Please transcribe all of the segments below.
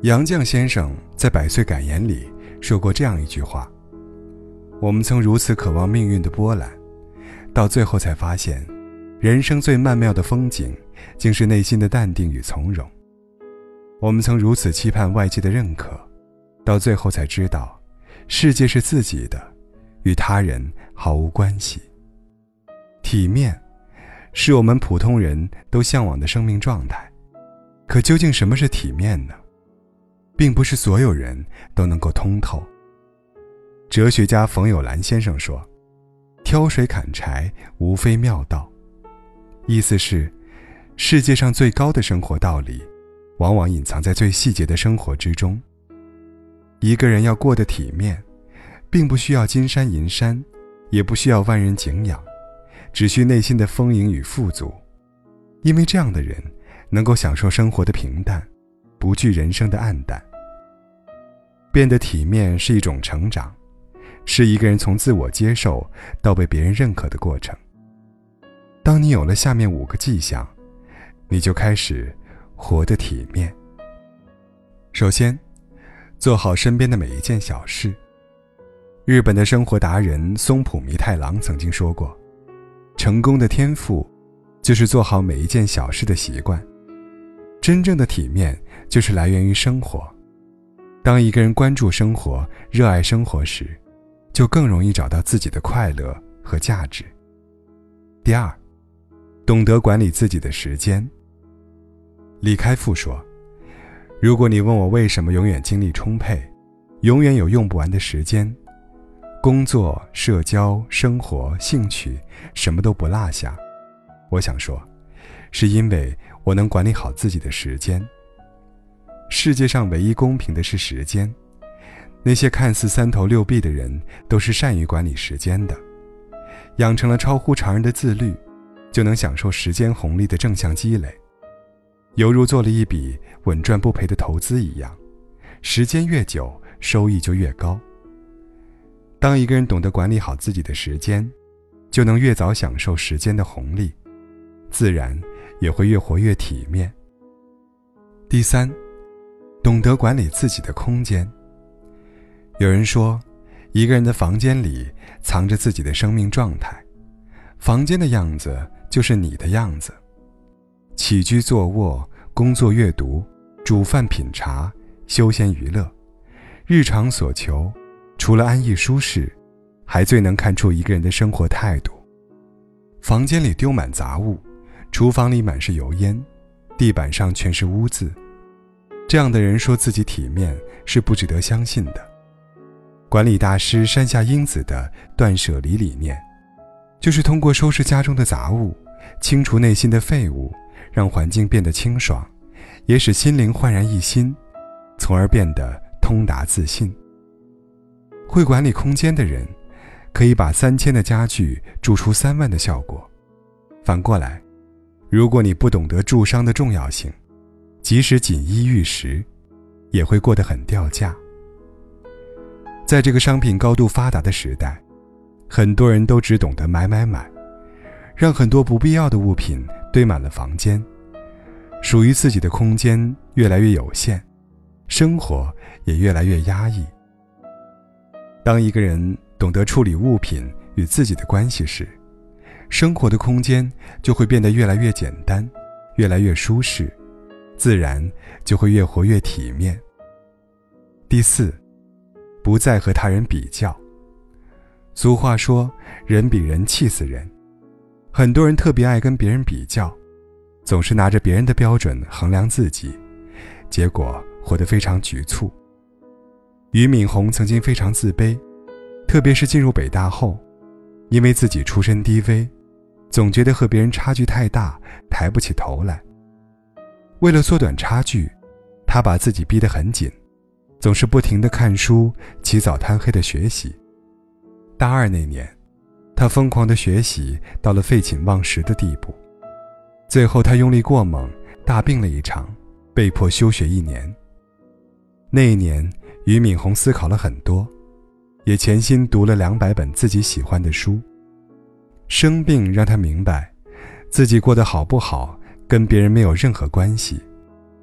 杨绛先生在《百岁感言》里说过这样一句话：我们曾如此渴望命运的波澜，到最后才发现，人生最曼妙的风景竟是内心的淡定与从容。我们曾如此期盼外界的认可，到最后才知道，世界是自己的，与他人毫无关系。体面是我们普通人都向往的生命状态，可究竟什么是体面呢？并不是所有人都能够通透。哲学家冯友兰先生说，挑水砍柴无非妙道，意思是世界上最高的生活道理往往隐藏在最细节的生活之中。一个人要过得体面，并不需要金山银山，也不需要万人敬仰，只需内心的丰盈与富足，因为这样的人能够享受生活的平淡，不惧人生的暗淡。变得体面是一种成长，是一个人从自我接受到被别人认可的过程。当你有了下面5个迹象，你就开始活得体面。首先，做好身边的每一件小事。日本的生活达人松浦弥太郎曾经说过，成功的天赋就是做好每一件小事的习惯。真正的体面就是来源于生活。当一个人关注生活，热爱生活时，就更容易找到自己的快乐和价值。第二，懂得管理自己的时间。李开复说，如果你问我为什么永远精力充沛，永远有用不完的时间，工作、社交、生活、兴趣什么都不落下，我想说，是因为我能管理好自己的时间。世界上唯一公平的是时间，那些看似3头6臂的人都是善于管理时间的，养成了超乎常人的自律，就能享受时间红利的正向积累，犹如做了一笔稳赚不赔的投资一样，时间越久，收益就越高。当一个人懂得管理好自己的时间，就能越早享受时间的红利，自然也会越活越体面。第三，懂得管理自己的空间。有人说，一个人的房间里藏着自己的生命状态，房间的样子就是你的样子。起居坐卧、工作阅读、煮饭品茶、休闲娱乐，日常所求，除了安逸舒适，还最能看出一个人的生活态度。房间里丢满杂物，厨房里满是油烟，地板上全是污渍，这样的人说自己体面是不值得相信的。管理大师山下英子的断舍离理念，就是通过收拾家中的杂物，清除内心的废物，让环境变得清爽，也使心灵焕然一新，从而变得通达自信。会管理空间的人，可以把3000的家具铸出3万的效果。反过来，如果你不懂得住商的重要性，即使锦衣玉食，也会过得很掉价。在这个商品高度发达的时代，很多人都只懂得买，让很多不必要的物品堆满了房间，属于自己的空间越来越有限，生活也越来越压抑。当一个人懂得处理物品与自己的关系时，生活的空间就会变得越来越简单，越来越舒适，自然就会越活越体面。第四，不再和他人比较。俗话说，人比人气死人。很多人特别爱跟别人比较，总是拿着别人的标准衡量自己，结果活得非常局促。俞敏洪曾经非常自卑，特别是进入北大后，因为自己出身低微，总觉得和别人差距太大，抬不起头来。为了缩短差距，他把自己逼得很紧，总是不停地看书，起早贪黑地学习。大2那年，他疯狂地学习到了废寝忘食的地步，最后他用力过猛，大病了一场，被迫休学1年。那一年，俞敏洪思考了很多，也潜心读了200本自己喜欢的书。生病让他明白，自己过得好不好跟别人没有任何关系。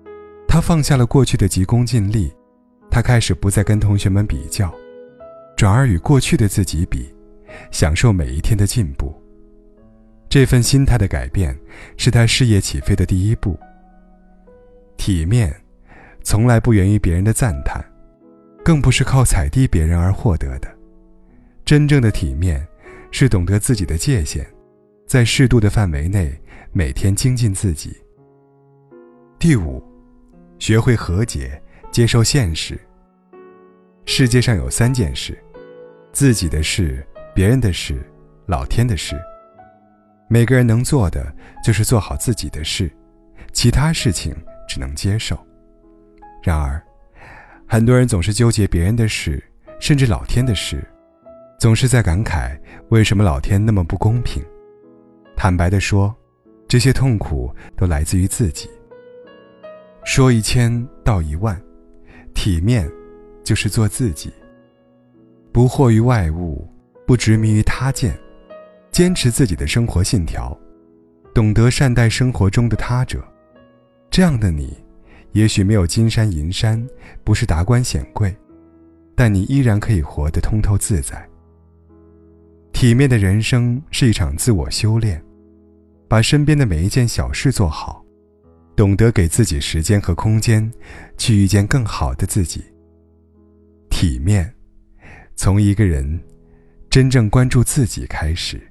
他放下了过去的急功近利，他开始不再跟同学们比较，转而与过去的自己比，享受每一天的进步。这份心态的改变是他事业起飞的第一步。体面从来不源于别人的赞叹，更不是靠踩低别人而获得的。真正的体面是懂得自己的界限，在适度的范围内每天精进自己。第五，学会和解，接受现实。世界上有3件事：自己的事、别人的事、老天的事。每个人能做的就是做好自己的事，其他事情只能接受。然而，很多人总是纠结别人的事，甚至老天的事，总是在感慨为什么老天那么不公平。坦白地说，这些痛苦都来自于自己。说1000道10000，体面就是做自己，不惑于外物，不执迷于他见，坚持自己的生活信条，懂得善待生活中的他者。这样的你，也许没有金山银山，不是达官显贵，但你依然可以活得通透自在。体面的人生是一场自我修炼，把身边的每一件小事做好，懂得给自己时间和空间，去遇见更好的自己。体面，从一个人真正关注自己开始。